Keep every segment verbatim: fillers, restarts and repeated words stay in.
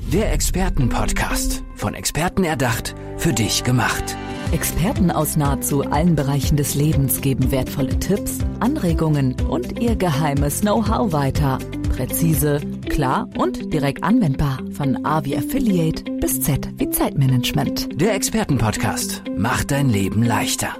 Der Expertenpodcast. Von Experten erdacht, für dich gemacht. Experten aus nahezu allen Bereichen des Lebens geben wertvolle Tipps, Anregungen und ihr geheimes Know-how weiter. Präzise, klar und direkt anwendbar. Von A wie Affiliate bis Z wie Zeitmanagement. Der Expertenpodcast macht dein Leben leichter.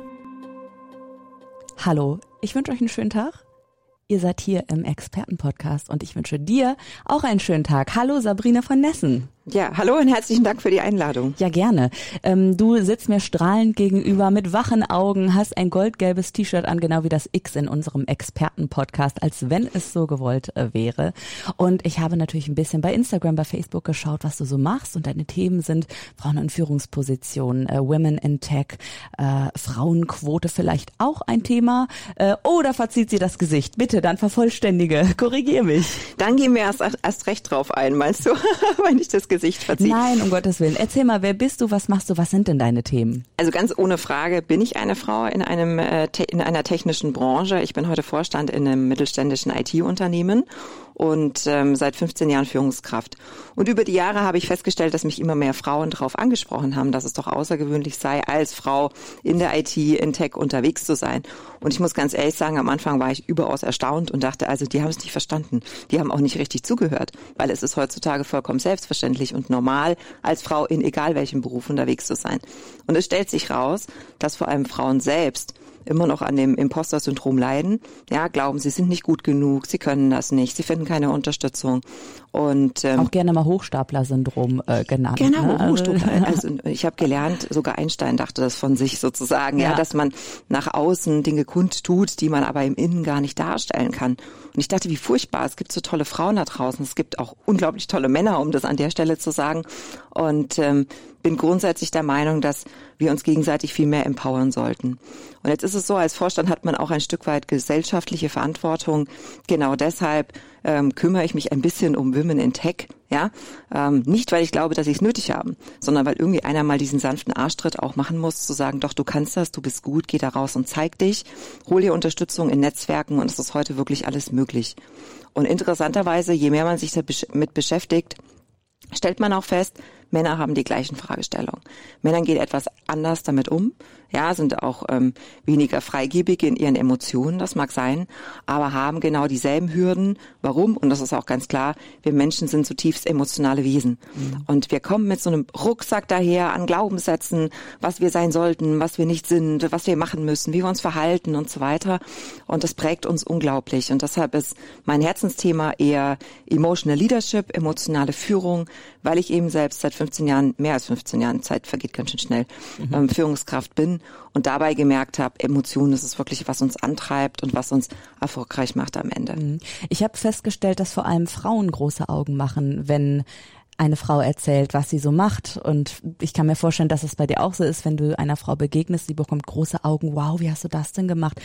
Hallo, ich wünsche euch einen schönen Tag. Ihr seid hier im Expertenpodcast und ich wünsche dir auch einen schönen Tag. Hallo Sabrina von Nessen. Ja, hallo und herzlichen Dank für die Einladung. Ja, gerne. Ähm, du sitzt mir strahlend gegenüber mit wachen Augen, hast ein goldgelbes T-Shirt an, genau wie das X in unserem Expertenpodcast, als wenn es so gewollt äh, wäre. Und ich habe natürlich ein bisschen bei Instagram, bei Facebook geschaut, was du so machst. Und deine Themen sind Frauen in Führungspositionen, äh, Women in Tech, äh, Frauenquote vielleicht auch ein Thema. Äh, oder verzieht sie das Gesicht? Bitte, dann vervollständige, korrigier mich. Dann gehen wir erst, erst recht drauf ein, meinst du, wenn ich das Gesicht verziehe? Nein, um Gottes Willen. Erzähl mal, wer bist du, was machst du, was sind denn deine Themen? Also ganz ohne Frage bin ich eine Frau in einem äh, te- in einer technischen Branche. Ich bin heute Vorstand in einem mittelständischen I T-Unternehmen und ähm, seit fünfzehn Jahren Führungskraft. Und über die Jahre habe ich festgestellt, dass mich immer mehr Frauen darauf angesprochen haben, dass es doch außergewöhnlich sei, als Frau in der I T, in Tech unterwegs zu sein. Und ich muss ganz ehrlich sagen, am Anfang war ich überaus erstaunt und dachte, also die haben es nicht verstanden. Die haben auch nicht richtig zugehört, weil es ist heutzutage vollkommen selbstverständlich und normal, als Frau in egal welchem Beruf unterwegs zu sein. Und es stellt sich raus, dass vor allem Frauen selbst immer noch an dem Imposter-Syndrom leiden. Ja, glauben, sie sind nicht gut genug, sie können das nicht, sie finden keine Unterstützung. Und ähm, auch gerne mal Hochstapler-Syndrom äh, genannt. Genau, ne? Hochstapler. Also ich habe gelernt, sogar Einstein dachte das von sich sozusagen, ja. ja, dass man nach außen Dinge kundtut, die man aber im Innen gar nicht darstellen kann. Und ich dachte, wie furchtbar, es gibt so tolle Frauen da draußen, es gibt auch unglaublich tolle Männer, um das an der Stelle zu sagen. Und ähm, bin grundsätzlich der Meinung, dass wir uns gegenseitig viel mehr empowern sollten. Und jetzt ist es so, als Vorstand hat man auch ein Stück weit gesellschaftliche Verantwortung. Genau deshalb ähm, kümmere ich mich ein bisschen um Women in Tech. Ja, ähm, nicht, weil ich glaube, dass sie es nötig haben, sondern weil irgendwie einer mal diesen sanften Arschtritt auch machen muss, zu sagen, doch, du kannst das, du bist gut, geh da raus und zeig dich, hol dir Unterstützung in Netzwerken und es ist heute wirklich alles möglich. Und interessanterweise, je mehr man sich damit beschäftigt, stellt man auch fest, Männer haben die gleichen Fragestellungen. Männern geht etwas anders damit um, ja, sind auch ähm, weniger freigebig in ihren Emotionen, das mag sein, aber haben genau dieselben Hürden. Warum? Und das ist auch ganz klar, wir Menschen sind zutiefst emotionale Wesen. Mhm. Und wir kommen mit so einem Rucksack daher an Glaubenssätzen, was wir sein sollten, was wir nicht sind, was wir machen müssen, wie wir uns verhalten und so weiter. Und das prägt uns unglaublich. Und deshalb ist mein Herzensthema eher Emotional Leadership, emotionale Führung, weil ich eben selbst seit fünfzehn Jahren, mehr als fünfzehn Jahren, Zeit vergeht ganz schön schnell, mhm. ähm, Führungskraft bin und dabei gemerkt habe, Emotionen, das ist wirklich, was uns antreibt und was uns erfolgreich macht am Ende. Ich habe festgestellt, dass vor allem Frauen große Augen machen, wenn eine Frau erzählt, was sie so macht. Und ich kann mir vorstellen, dass es bei dir auch so ist, wenn du einer Frau begegnest, sie bekommt große Augen. Wow, wie hast du das denn gemacht?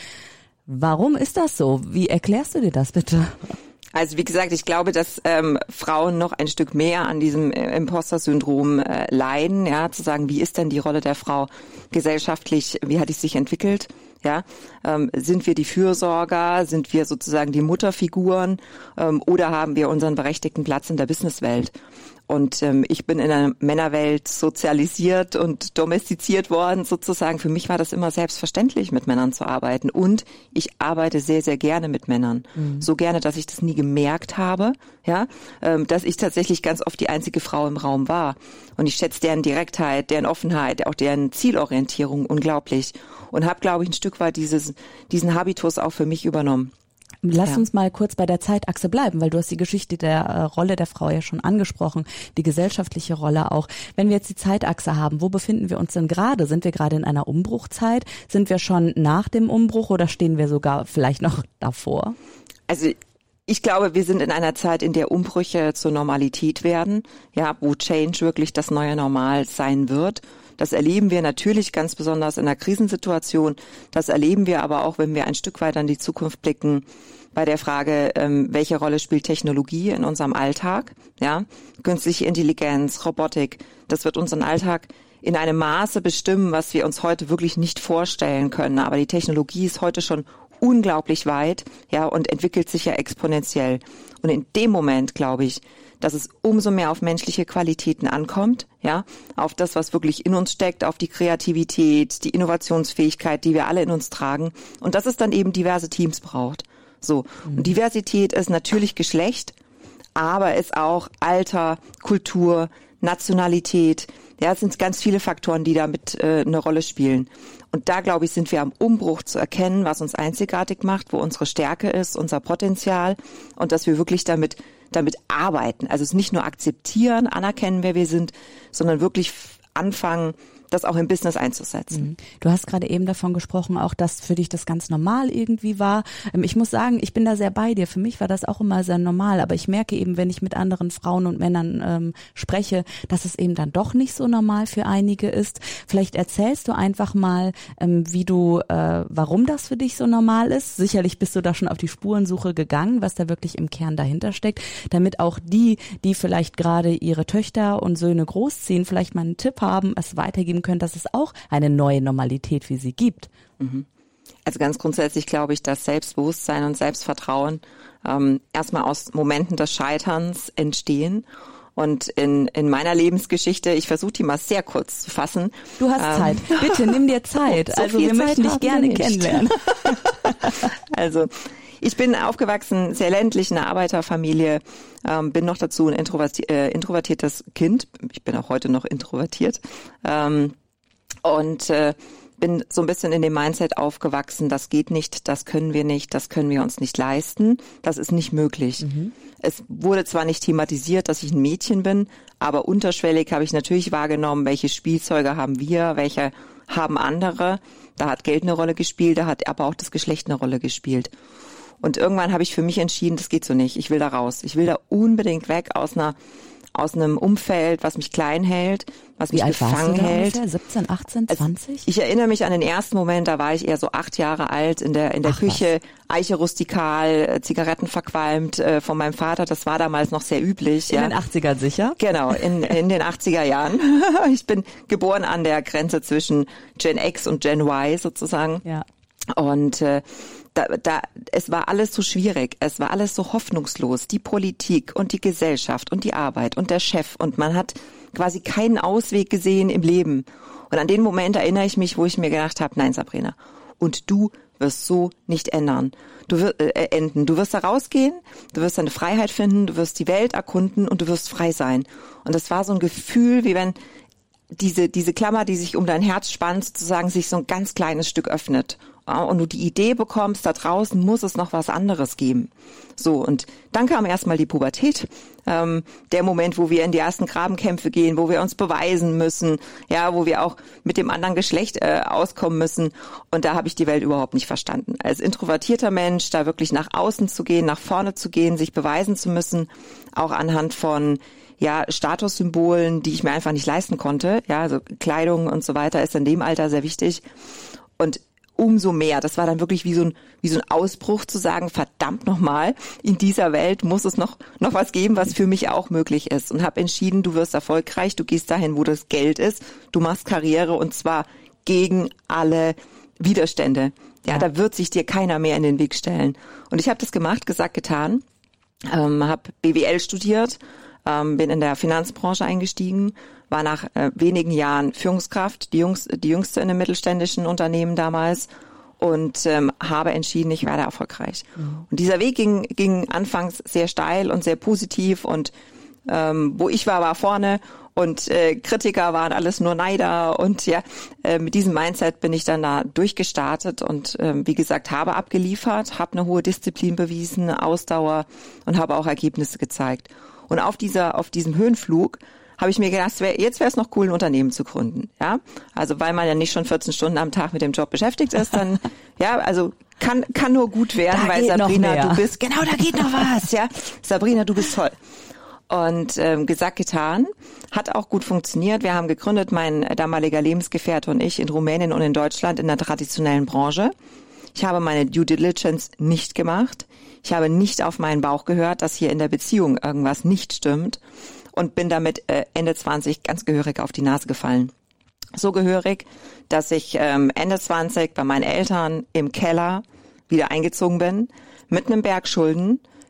Warum ist das so? Wie erklärst du dir das bitte? Also wie gesagt, ich glaube, dass ähm, Frauen noch ein Stück mehr an diesem äh, Imposter-Syndrom äh, leiden, ja, zu sagen, wie ist denn die Rolle der Frau gesellschaftlich, wie hat die sich entwickelt, ja, ähm, sind wir die Fürsorger, sind wir sozusagen die Mutterfiguren ähm, oder haben wir unseren berechtigten Platz in der Businesswelt? Und ähm, ich bin in einer Männerwelt sozialisiert und domestiziert worden sozusagen. Für mich war das immer selbstverständlich, mit Männern zu arbeiten. Und ich arbeite sehr, sehr gerne mit Männern. Mhm. So gerne, dass ich das nie gemerkt habe, ja, ähm, dass ich tatsächlich ganz oft die einzige Frau im Raum war. Und ich schätze deren Direktheit, deren Offenheit, auch deren Zielorientierung unglaublich. Und habe, glaube ich, ein Stück weit dieses, diesen Habitus auch für mich übernommen. Lass ja. uns mal kurz bei der Zeitachse bleiben, weil du hast die Geschichte der äh, Rolle der Frau ja schon angesprochen, die gesellschaftliche Rolle auch. Wenn wir jetzt die Zeitachse haben, wo befinden wir uns denn gerade? Sind wir gerade in einer Umbruchzeit? Sind wir schon nach dem Umbruch oder stehen wir sogar vielleicht noch davor? Also ich glaube, wir sind in einer Zeit, in der Umbrüche zur Normalität werden, ja, wo Change wirklich das neue Normal sein wird. Das erleben wir natürlich ganz besonders in einer Krisensituation. Das erleben wir aber auch, wenn wir ein Stück weiter in die Zukunft blicken, bei der Frage, ähm, welche Rolle spielt Technologie in unserem Alltag? Ja, künstliche Intelligenz, Robotik, das wird unseren Alltag in einem Maße bestimmen, was wir uns heute wirklich nicht vorstellen können. Aber die Technologie ist heute schon unglaublich weit, ja, und entwickelt sich ja exponentiell. Und in dem Moment, glaube ich, dass es umso mehr auf menschliche Qualitäten ankommt, ja, auf das, was wirklich in uns steckt, auf die Kreativität, die Innovationsfähigkeit, die wir alle in uns tragen und dass es dann eben diverse Teams braucht. So. Mhm. Und Diversität ist natürlich Geschlecht, aber ist auch Alter, Kultur, Nationalität. Ja, es sind ganz viele Faktoren, die damit äh, eine Rolle spielen. Und da, glaube ich, sind wir am Umbruch zu erkennen, was uns einzigartig macht, wo unsere Stärke ist, unser Potenzial und dass wir wirklich damit damit arbeiten. Also es nicht nur akzeptieren, anerkennen, wer wir sind, sondern wirklich anfangen, das auch im Business einzusetzen. Du hast gerade eben davon gesprochen, auch dass für dich das ganz normal irgendwie war. Ich muss sagen, ich bin da sehr bei dir. Für mich war das auch immer sehr normal, aber ich merke eben, wenn ich mit anderen Frauen und Männern ähm, spreche, dass es eben dann doch nicht so normal für einige ist. Vielleicht erzählst du einfach mal, ähm, wie du, äh, warum das für dich so normal ist. Sicherlich bist du da schon auf die Spurensuche gegangen, was da wirklich im Kern dahinter steckt, damit auch die, die vielleicht gerade ihre Töchter und Söhne großziehen, vielleicht mal einen Tipp haben, es weitergeben können, dass es auch eine neue Normalität für sie gibt. Also ganz grundsätzlich glaube ich, dass Selbstbewusstsein und Selbstvertrauen ähm, erstmal aus Momenten des Scheiterns entstehen. Und in, in meiner Lebensgeschichte, ich versuche die mal sehr kurz zu fassen. Du hast ähm, Zeit. Bitte nimm dir Zeit. So also wir Zeit möchten dich gerne kennenlernen. Also ich bin aufgewachsen, sehr ländlich, in einer Arbeiterfamilie, ähm, bin noch dazu ein introverti- äh, introvertiertes Kind. Ich bin auch heute noch introvertiert. Ähm, und äh, bin so ein bisschen in dem Mindset aufgewachsen, das geht nicht, das können wir nicht, das können wir uns nicht leisten, das ist nicht möglich. Mhm. Es wurde zwar nicht thematisiert, dass ich ein Mädchen bin, aber unterschwellig habe ich natürlich wahrgenommen, welche Spielzeuge haben wir, welche haben andere. Da hat Geld eine Rolle gespielt, da hat aber auch das Geschlecht eine Rolle gespielt. Und irgendwann habe ich für mich entschieden, das geht so nicht, ich will da raus. Ich will da unbedingt weg aus einer aus einem Umfeld, was mich klein hält, was mich gefangen hält. Ungefähr? siebzehn, achtzehn, zwanzig? Also ich erinnere mich an den ersten Moment, da war ich eher so acht Jahre alt, in der in der Ach, Küche, was? Eiche rustikal, Zigaretten verqualmt äh, von meinem Vater. Das war damals noch sehr üblich. In ja. den achtzigern sicher? Genau, in in den achtziger Jahren. Ich bin geboren an der Grenze zwischen Gen X und Gen Y sozusagen. Ja. Und äh, Da, da, es war alles so schwierig, es war alles so hoffnungslos, die Politik und die Gesellschaft und die Arbeit und der Chef und man hat quasi keinen Ausweg gesehen im Leben. Und an den Moment erinnere ich mich, wo ich mir gedacht habe, nein Sabrina, und du wirst so nicht ändern. Du wirst äh, enden. Du wirst da rausgehen, du wirst deine Freiheit finden, du wirst die Welt erkunden und du wirst frei sein. Und das war so ein Gefühl, wie wenn diese diese Klammer, die sich um dein Herz spannt, sozusagen sich so ein ganz kleines Stück öffnet. Und du die Idee bekommst, da draußen muss es noch was anderes geben. So, und dann kam erstmal die Pubertät, ähm, der Moment, wo wir in die ersten Grabenkämpfe gehen, wo wir uns beweisen müssen, ja, wo wir auch mit dem anderen Geschlecht äh, auskommen müssen. Und da habe ich die Welt überhaupt nicht verstanden. Als introvertierter Mensch, da wirklich nach außen zu gehen, nach vorne zu gehen, sich beweisen zu müssen, auch anhand von ja Statussymbolen, die ich mir einfach nicht leisten konnte. Ja, also Kleidung und so weiter ist in dem Alter sehr wichtig. Und umso mehr. Das war dann wirklich wie so ein wie so ein Ausbruch zu sagen, verdammt nochmal, in dieser Welt muss es noch noch was geben, was für mich auch möglich ist. Und habe entschieden, du wirst erfolgreich, du gehst dahin, wo das Geld ist, du machst Karriere und zwar gegen alle Widerstände. Ja, ja. Da wird sich dir keiner mehr in den Weg stellen. Und ich habe das gemacht, gesagt, getan, ähm, habe B W L studiert, ähm, bin in der Finanzbranche eingestiegen, war nach äh, wenigen Jahren Führungskraft, die, Jungs, die jüngste in einem mittelständischen Unternehmen damals und ähm, habe entschieden, ich werde erfolgreich. Mhm. Und dieser Weg ging, ging anfangs sehr steil und sehr positiv und ähm, wo ich war, war vorne und äh, Kritiker waren alles nur Neider und ja, äh, mit diesem Mindset bin ich dann da durchgestartet und äh, wie gesagt, habe abgeliefert, habe eine hohe Disziplin bewiesen, Ausdauer und habe auch Ergebnisse gezeigt. Und auf dieser, auf diesem Höhenflug habe ich mir gedacht, wär, jetzt wäre es noch cool, ein Unternehmen zu gründen. Ja, also weil man ja nicht schon vierzehn Stunden am Tag mit dem Job beschäftigt ist, dann ja, also kann kann nur gut werden, da weil Sabrina, du bist genau, da geht noch was. Ja, Sabrina, du bist toll. Und ähm, gesagt, getan, hat auch gut funktioniert. Wir haben gegründet, mein damaliger Lebensgefährte und ich, in Rumänien und in Deutschland in der traditionellen Branche. Ich habe meine Due Diligence nicht gemacht. Ich habe nicht auf meinen Bauch gehört, dass hier in der Beziehung irgendwas nicht stimmt und bin damit äh, Ende zwanzig ganz gehörig auf die Nase gefallen. So gehörig, dass ich ähm, Ende zwanzig bei meinen Eltern im Keller wieder eingezogen bin, mit einem Berg Schulden,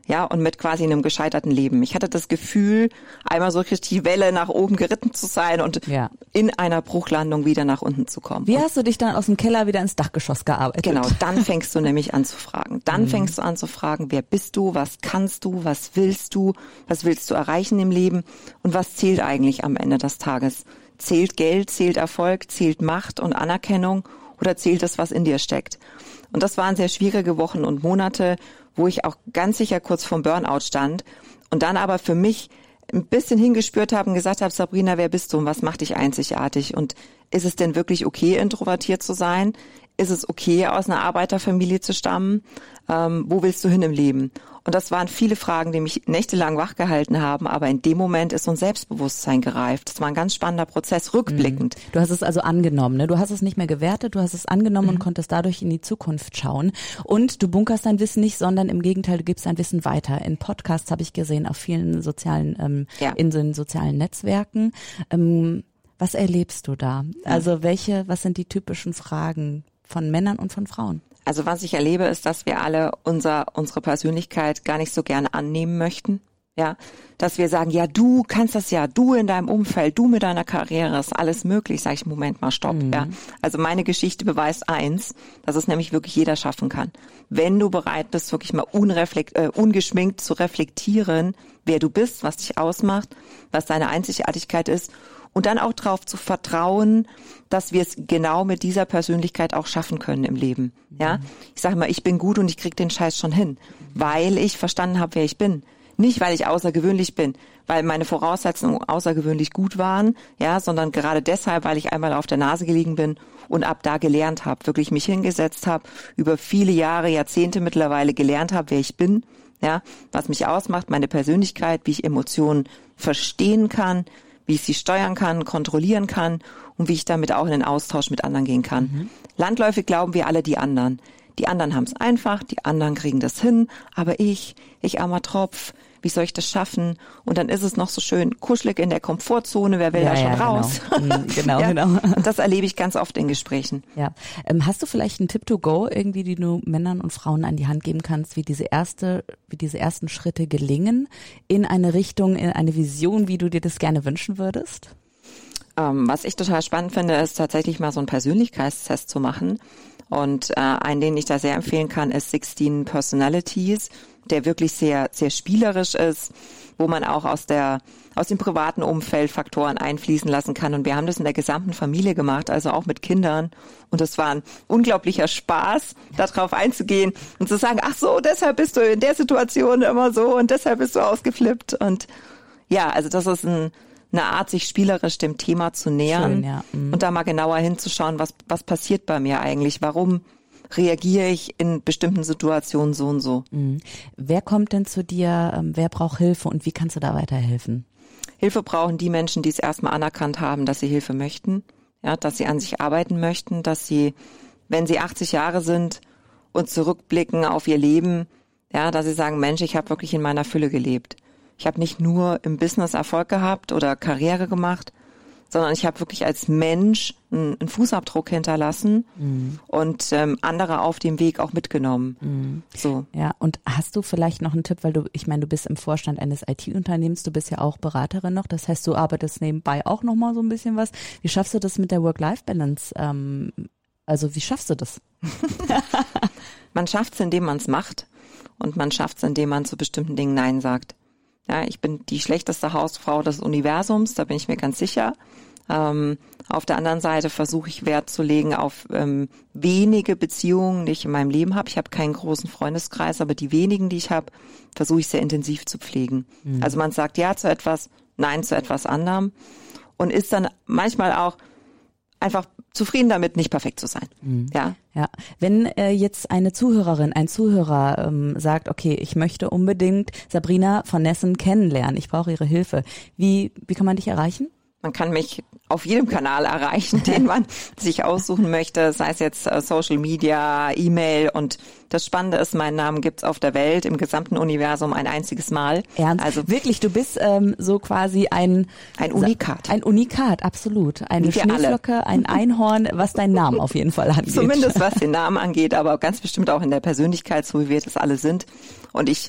ja, und mit quasi einem gescheiterten Leben. Ich hatte das Gefühl, einmal so richtig die Welle nach oben geritten zu sein und ja. in einer Bruchlandung wieder nach unten zu kommen. Wie und hast du dich dann aus dem Keller wieder ins Dachgeschoss gearbeitet? Genau, dann fängst du nämlich an zu fragen. Dann mhm. fängst du an zu fragen, wer bist du, was kannst du, was willst du, was willst du erreichen im Leben und was zählt eigentlich am Ende des Tages? Zählt Geld, zählt Erfolg, zählt Macht und Anerkennung oder zählt das, was in dir steckt? Und das waren sehr schwierige Wochen und Monate, wo ich auch ganz sicher kurz vorm Burnout stand und dann aber für mich ein bisschen hingespürt habe und gesagt habe, Sabrina, wer bist du und was macht dich einzigartig? Und ist es denn wirklich okay, introvertiert zu sein? Ist es okay, aus einer Arbeiterfamilie zu stammen? Ähm, wo willst du hin im Leben? Und das waren viele Fragen, die mich nächtelang wachgehalten haben, aber in dem Moment ist so ein Selbstbewusstsein gereift. Das war ein ganz spannender Prozess, rückblickend. Du hast es also angenommen, ne? Du hast es nicht mehr gewertet, du hast es angenommen mhm. und konntest dadurch in die Zukunft schauen. Und du bunkerst dein Wissen nicht, sondern im Gegenteil, du gibst dein Wissen weiter. In Podcasts habe ich gesehen, auf vielen sozialen, ähm, ja. in so sozialen Netzwerken. Ähm, was erlebst du da? Also welche, was sind die typischen Fragen von Männern und von Frauen? Also was ich erlebe, ist, dass wir alle unser, unsere Persönlichkeit gar nicht so gerne annehmen möchten. Ja, dass wir sagen, ja, du kannst das ja, du in deinem Umfeld, du mit deiner Karriere, ist alles möglich. Sag ich, Moment mal, stopp. Mhm. Ja, also meine Geschichte beweist eins, dass es nämlich wirklich jeder schaffen kann. Wenn du bereit bist, wirklich mal unreflekt, äh, ungeschminkt zu reflektieren, wer du bist, was dich ausmacht, was deine Einzigartigkeit ist. Und dann auch darauf zu vertrauen, dass wir es genau mit dieser Persönlichkeit auch schaffen können im Leben. Ja, ich sage mal, ich bin gut und ich krieg den Scheiß schon hin, weil ich verstanden habe, wer ich bin. Nicht, weil ich außergewöhnlich bin, weil meine Voraussetzungen außergewöhnlich gut waren, ja, sondern gerade deshalb, weil ich einmal auf der Nase gelegen bin und ab da gelernt habe, wirklich mich hingesetzt habe, über viele Jahre, Jahrzehnte mittlerweile gelernt habe, wer ich bin, ja, was mich ausmacht, meine Persönlichkeit, wie ich Emotionen verstehen kann, wie ich sie steuern kann, kontrollieren kann und wie ich damit auch in den Austausch mit anderen gehen kann. Mhm. Landläufig glauben wir alle die anderen. Die anderen haben es einfach, die anderen kriegen das hin, aber ich, ich armer Tropf, wie soll ich das schaffen? Und dann ist es noch so schön kuschelig in der Komfortzone, wer will ja, da schon ja, raus? Genau, genau. ja, genau. Und das erlebe ich ganz oft in Gesprächen. Ja. Ähm, hast du vielleicht einen Tipp to go, irgendwie, die du Männern und Frauen an die Hand geben kannst, wie diese erste, wie diese ersten Schritte gelingen in eine Richtung, in eine Vision, wie du dir das gerne wünschen würdest? Ähm, was ich total spannend finde, ist tatsächlich mal so einen Persönlichkeitstest zu machen. Und äh, einen, den ich da sehr empfehlen kann, ist sixteen Personalities, der wirklich sehr, sehr spielerisch ist, wo man auch aus der, aus dem privaten Umfeld Faktoren einfließen lassen kann. Und wir haben das in der gesamten Familie gemacht, also auch mit Kindern. Und es war ein unglaublicher Spaß, darauf einzugehen und zu sagen, ach so, deshalb bist du in der Situation immer so und deshalb bist du ausgeflippt. Und ja, also das ist ein, eine Art, sich spielerisch dem Thema zu nähern. Schön, ja. Mhm. Und da mal genauer hinzuschauen, was, was passiert bei mir eigentlich, warum reagiere ich in bestimmten Situationen so und so. Mhm. Wer kommt denn zu dir, ähm, wer braucht Hilfe und wie kannst du da weiterhelfen? Hilfe brauchen die Menschen, die es erstmal anerkannt haben, dass sie Hilfe möchten, ja, dass sie an sich arbeiten möchten, dass sie, wenn sie achtzig Jahre sind und zurückblicken auf ihr Leben, ja, dass sie sagen, Mensch, ich habe wirklich in meiner Fülle gelebt. Ich habe nicht nur im Business Erfolg gehabt oder Karriere gemacht, sondern ich habe wirklich als Mensch einen, einen Fußabdruck hinterlassen mhm. und ähm, andere auf dem Weg auch mitgenommen. Mhm. So. Ja, und hast du vielleicht noch einen Tipp, weil du, ich meine, du bist im Vorstand eines I T-Unternehmens, du bist ja auch Beraterin noch, das heißt, du arbeitest nebenbei auch noch mal so ein bisschen was. Wie schaffst du das mit der Work-Life-Balance? Ähm, also wie schaffst du das? Man schafft es, indem man es macht und man schafft es, indem man zu bestimmten Dingen Nein sagt. Ja, ich bin die schlechteste Hausfrau des Universums, da bin ich mir ganz sicher. Ähm, auf der anderen Seite versuche ich Wert zu legen auf ähm, wenige Beziehungen, die ich in meinem Leben habe. Ich habe keinen großen Freundeskreis, aber die wenigen, die ich habe, versuche ich sehr intensiv zu pflegen. Mhm. Also man sagt Ja zu etwas, Nein zu etwas anderem und ist dann manchmal auch einfach zufrieden damit, nicht perfekt zu sein. Mhm. Ja. Ja. Wenn äh, jetzt eine Zuhörerin, ein Zuhörer ähm, sagt, okay, ich möchte unbedingt Sabrina von Nessen kennenlernen, ich brauche ihre Hilfe. Wie, wie kann man dich erreichen? Man kann mich auf jedem Kanal erreichen, den man sich aussuchen möchte, sei es jetzt äh, Social Media, E-Mail. Und das Spannende ist, meinen Namen gibt's auf der Welt, im gesamten Universum ein einziges Mal. Ernst? Also wirklich, du bist ähm, so quasi ein ein Unikat. Ein Unikat, absolut. Eine Schneeflocke, ein Einhorn, was deinen Namen auf jeden Fall angeht. Zumindest was den Namen angeht, aber ganz bestimmt auch in der Persönlichkeit, so wie wir das alle sind. Und ich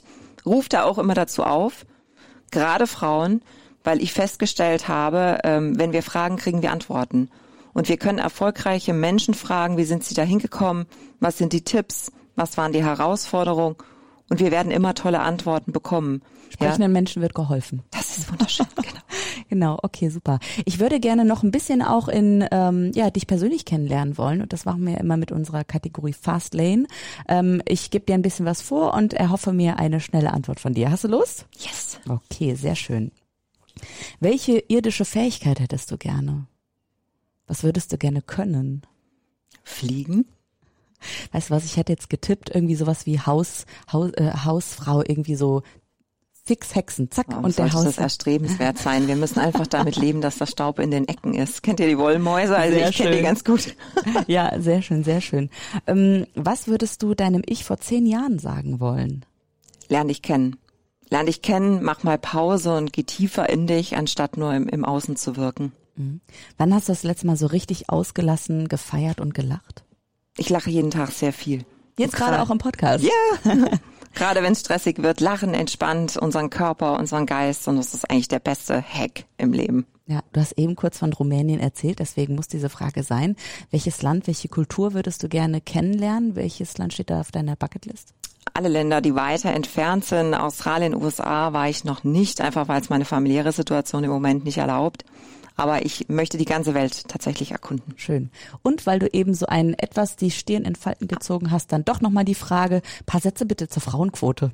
rufe da auch immer dazu auf, gerade Frauen, weil ich festgestellt habe, ähm, wenn wir fragen, kriegen wir Antworten. Und wir können erfolgreiche Menschen fragen, wie sind sie da hingekommen, was sind die Tipps, was waren die Herausforderungen und wir werden immer tolle Antworten bekommen. Sprechenden ja? Menschen wird geholfen. Das ist wunderschön, genau. Genau, okay, super. Ich würde gerne noch ein bisschen auch in ähm, ja dich persönlich kennenlernen wollen und das machen wir immer mit unserer Kategorie Fast Lane. Ähm, ich gebe dir ein bisschen was vor und erhoffe mir eine schnelle Antwort von dir. Hast du Lust? Yes. Okay, sehr schön. Welche irdische Fähigkeit hättest du gerne? Was würdest du gerne können? Fliegen. Weißt du was, ich hätte jetzt getippt, irgendwie sowas wie Haus, Haus äh, Hausfrau, irgendwie so fix Hexen, zack. Warum und der Haus. Das erstrebenswert sein. Wir müssen einfach damit leben, dass das Staub in den Ecken ist. Kennt ihr die Wollmäuse? Also sehr ich kenne die ganz gut. Ja, sehr schön, sehr schön. Ähm, was würdest du deinem Ich vor zehn Jahren sagen wollen? Lern dich kennen. Lern dich kennen, mach mal Pause und geh tiefer in dich, anstatt nur im, im Außen zu wirken. Mhm. Wann hast du das letzte Mal so richtig ausgelassen, gefeiert und gelacht? Ich lache jeden Tag sehr viel. Jetzt gerade auch im Podcast? Ja, gerade wenn es stressig wird, lachen entspannt unseren Körper, unseren Geist und das ist eigentlich der beste Hack im Leben. Ja, du hast eben kurz von Rumänien erzählt, deswegen muss diese Frage sein. Welches Land, welche Kultur würdest du gerne kennenlernen? Welches Land steht da auf deiner Bucketlist? Alle Länder, die weiter entfernt sind, Australien, U S A, war ich noch nicht, einfach weil es meine familiäre Situation im Moment nicht erlaubt. Aber ich möchte die ganze Welt tatsächlich erkunden. Schön. Und weil du eben so ein etwas die Stirn in Falten gezogen hast, dann doch nochmal die Frage, paar Sätze bitte zur Frauenquote.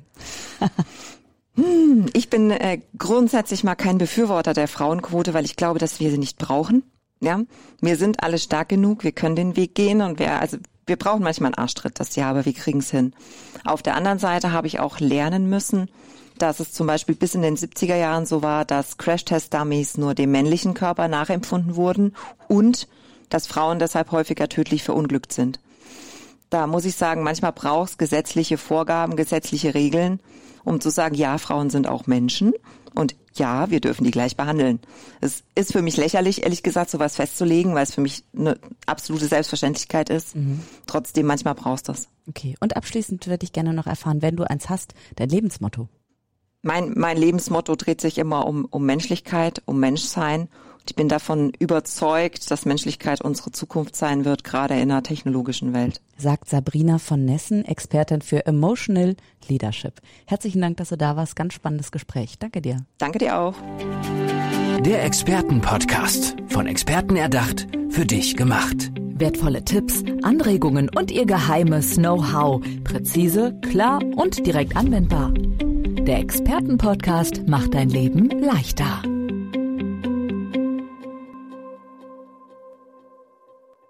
hm, ich bin äh, grundsätzlich mal kein Befürworter der Frauenquote, weil ich glaube, dass wir sie nicht brauchen. Ja, wir sind alle stark genug, wir können den Weg gehen und wir, also wir brauchen manchmal einen Arschtritt, das ja, aber wir kriegen es hin. Auf der anderen Seite habe ich auch lernen müssen, dass es zum Beispiel bis in den siebziger Jahren so war, dass Crash-Test-Dummies nur dem männlichen Körper nachempfunden wurden und dass Frauen deshalb häufiger tödlich verunglückt sind. Da muss ich sagen, manchmal braucht es gesetzliche Vorgaben, gesetzliche Regeln, um zu sagen, ja, Frauen sind auch Menschen und ja, wir dürfen die gleich behandeln. Es ist für mich lächerlich, ehrlich gesagt, sowas festzulegen, weil es für mich eine absolute Selbstverständlichkeit ist. Mhm. Trotzdem, manchmal brauchst du das. Okay, und abschließend würde ich gerne noch erfahren, wenn du eins hast, dein Lebensmotto. Mein, mein Lebensmotto dreht sich immer um, um Menschlichkeit, um Menschsein. Und ich bin davon überzeugt, dass Menschlichkeit unsere Zukunft sein wird, gerade in einer technologischen Welt. Sagt Sabrina von Nessen, Expertin für Emotional Leadership. Herzlichen Dank, dass du da warst. Ganz spannendes Gespräch. Danke dir. Danke dir auch. Der Expertenpodcast. Von Experten erdacht, für dich gemacht. Wertvolle Tipps, Anregungen und ihr geheimes Know-how. Präzise, klar und direkt anwendbar. Der Expertenpodcast macht dein Leben leichter.